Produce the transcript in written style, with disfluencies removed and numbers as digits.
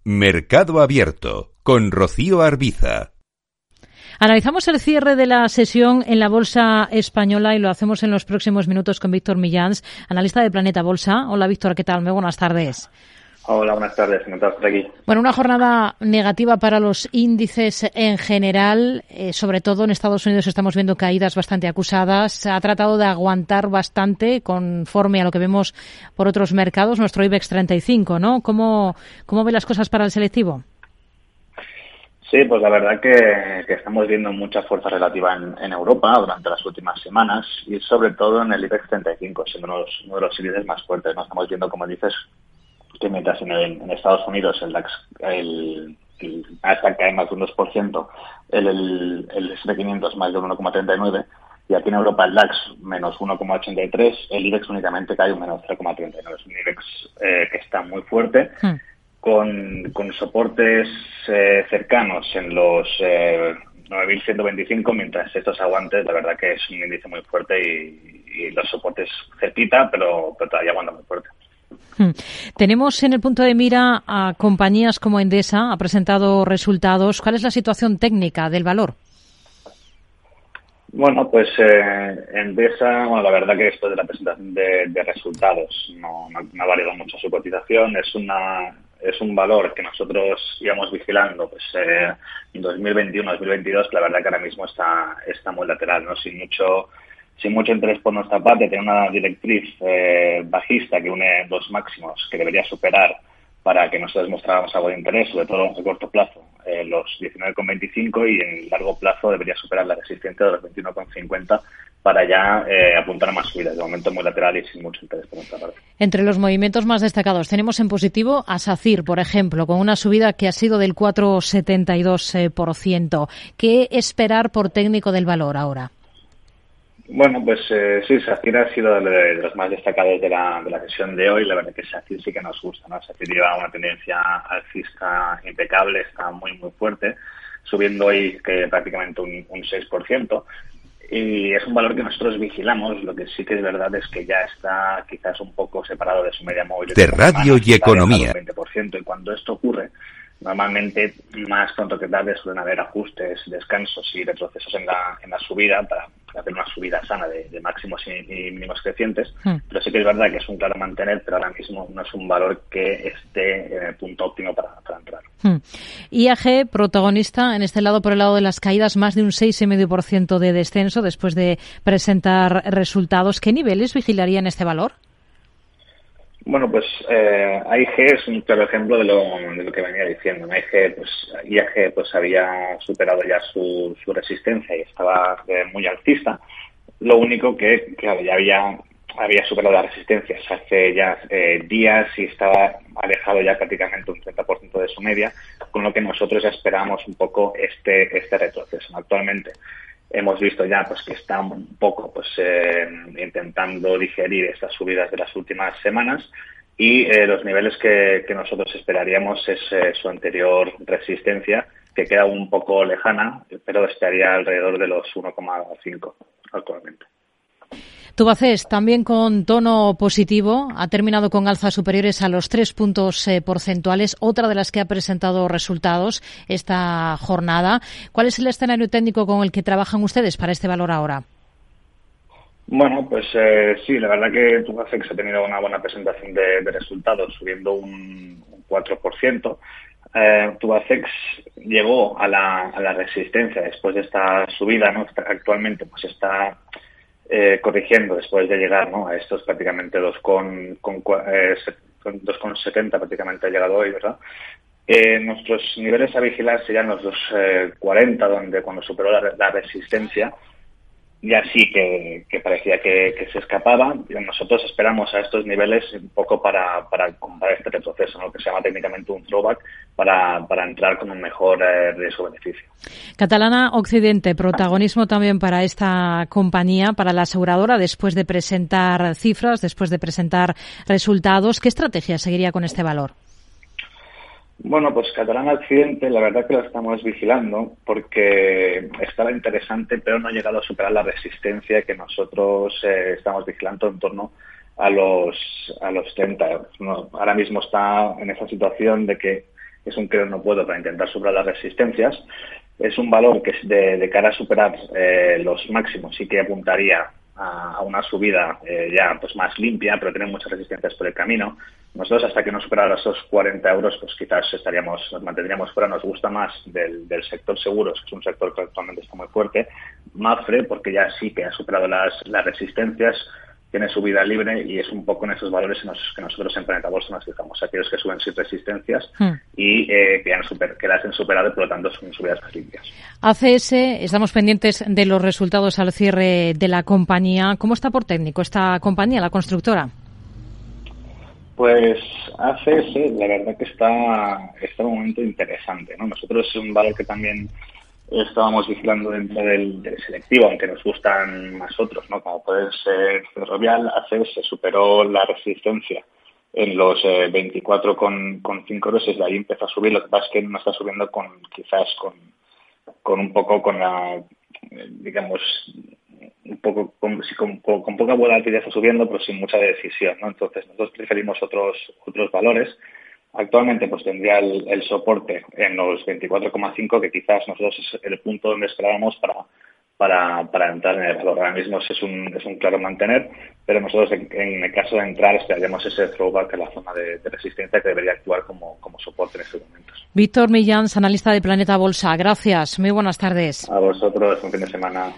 Mercado Abierto con Rocío Arbiza. Analizamos el cierre de la sesión en la Bolsa Española y lo hacemos en los próximos minutos con Víctor Millans, analista de Planeta Bolsa. Hola Víctor, ¿qué tal? Muy buenas tardes. Hola, buenas tardes. Encantado de estar aquí. Bueno, una jornada negativa para los índices en general, sobre todo en Estados Unidos estamos viendo caídas bastante acusadas. Ha tratado de aguantar bastante conforme a lo que vemos por otros mercados, nuestro IBEX 35, ¿no? ¿Cómo ve las cosas para el selectivo? Sí, pues la verdad que estamos viendo mucha fuerza relativa en Europa durante las últimas semanas y sobre todo en el IBEX 35, siendo uno de los índices más fuertes, ¿no? Estamos viendo, como dices, que mientras en Estados Unidos el DAX hasta cae más de un 2%, el S&P 500 más de un 1,39%, y aquí en Europa el DAX menos 1,83%, el IBEX únicamente cae un menos 0,39%. Es un IBEX que está muy fuerte, con soportes cercanos en los 9.125, mientras estos aguantes, la verdad que es un índice muy fuerte y los soportes cerquita, pero todavía aguanta muy fuerte. Tenemos en el punto de mira a compañías como Endesa, ha presentado resultados. ¿Cuál es la situación técnica del valor? Bueno, pues Endesa, la verdad que después de la presentación de resultados no ha variado mucho su cotización. Es un valor que nosotros íbamos vigilando pues en 2021, 2022, que la verdad que ahora mismo está muy lateral, ¿no? Sin mucho interés por nuestra parte. Tiene una directriz bajista que une dos máximos que debería superar para que nosotros mostráramos algo de interés, sobre todo a corto plazo, los 19,25, y en largo plazo debería superar la resistencia de los 21,50 para ya apuntar a más subidas. De momento muy lateral y sin mucho interés por nuestra parte. Entre los movimientos más destacados tenemos en positivo a SACIR, por ejemplo, con una subida que ha sido del 4,72%. ¿Qué esperar por técnico del valor ahora? Bueno, pues sí, SACIR ha sido de los más destacados de la sesión de hoy. La verdad que SACIR sí que nos gusta, ¿no? SACIR lleva una tendencia alcista impecable, está muy, muy fuerte, subiendo hoy que prácticamente un 6%. Y es un valor que nosotros vigilamos. Lo que sí que es verdad es que ya está quizás un poco separado de su media móvil. De radio y economía. 20%. Y cuando esto ocurre, normalmente más pronto que tarde suelen haber ajustes, descansos y retrocesos en la subida para hacer una subida sana de máximos y mínimos crecientes. Pero sí que es verdad que es un claro mantener, pero ahora mismo no es un valor que esté en el punto óptimo para entrar. IAG, protagonista en este lado, por el lado de las caídas, más de un 6,5% de descenso después de presentar resultados. ¿Qué niveles vigilaría en este valor? Bueno, pues AIG es un claro ejemplo de lo que venía diciendo. IAG pues había superado ya su resistencia y estaba muy alcista. Lo único que ya había superado las resistencias hace ya días y estaba alejado ya prácticamente un 30% de su media, con lo que nosotros esperamos un poco este retroceso. Actualmente hemos visto ya pues que está un poco intentando digerir estas subidas de las últimas semanas y los niveles que nosotros esperaríamos es su anterior resistencia, que queda un poco lejana, pero estaría alrededor de los 1,5 actualmente. Tubacex, también con tono positivo, ha terminado con alzas superiores a los 3 puntos porcentuales, otra de las que ha presentado resultados esta jornada. ¿Cuál es el escenario técnico con el que trabajan ustedes para este valor ahora? Bueno, pues sí, la verdad que Tubacex ha tenido una buena presentación de resultados, subiendo un 4%. Tubacex llegó a la resistencia después de esta subida, ¿no? Actualmente pues está corrigiendo después de llegar, ¿no?, a estos prácticamente 2,70 prácticamente ha llegado hoy, ¿verdad? Nuestros niveles a vigilar serían los 2,40, donde cuando superó la resistencia ya sí que parecía que se escapaba. Nosotros esperamos a estos niveles un poco para comprar este retroceso, ¿no?, que se llama técnicamente un throwback, para entrar con un mejor riesgo-beneficio. Catalana Occidente, protagonismo también para esta compañía, para la aseguradora, después de presentar cifras, después de presentar resultados. ¿Qué estrategia seguiría con este valor? Bueno, pues Catalana Occidente, la verdad que lo estamos vigilando porque estaba interesante, pero no ha llegado a superar la resistencia que nosotros estamos vigilando en torno a los 30 euros, ¿no? Ahora mismo está en esa situación de que es un creo no puedo para intentar superar las resistencias. Es un valor que de cara a superar los máximos sí que apuntaría a una subida ya pues más limpia, pero tiene muchas resistencias por el camino. Nosotros, hasta que no superara esos 40 euros, pues quizás nos mantendríamos fuera. Nos gusta más del sector seguros, que es un sector que actualmente está muy fuerte. Mapfre, porque ya sí que ha superado las resistencias, tiene subida libre y es un poco en esos valores en los que nosotros en Planeta Bolsa nos fijamos, aquellos que suben sin resistencias y que las han superado y por lo tanto son subidas más limpias. ACS, estamos pendientes de los resultados al cierre de la compañía. ¿Cómo está por técnico esta compañía, la constructora? Pues ACS, la verdad que está en un momento interesante, ¿no? Nosotros es un valor que también estábamos vigilando dentro del selectivo, aunque nos gustan más otros, ¿no? Como puede ser Ferrovial. ACS superó la resistencia en los 24,5 euros, desde ahí empezó a subir. Lo que pasa es que no está subiendo con poca volatilidad, está subiendo, pero sin mucha decisión, ¿no? Entonces nosotros preferimos otros valores. Actualmente pues tendría el soporte en los 24,5, que quizás nosotros es el punto donde esperábamos para entrar en el valor. Ahora mismo es un claro mantener, pero nosotros en el caso de entrar esperaríamos ese throwback en la zona de resistencia, que debería actuar como soporte en estos momentos. Víctor Millán, analista de Planeta Bolsa. Gracias. Muy buenas tardes. A vosotros, un fin de semana.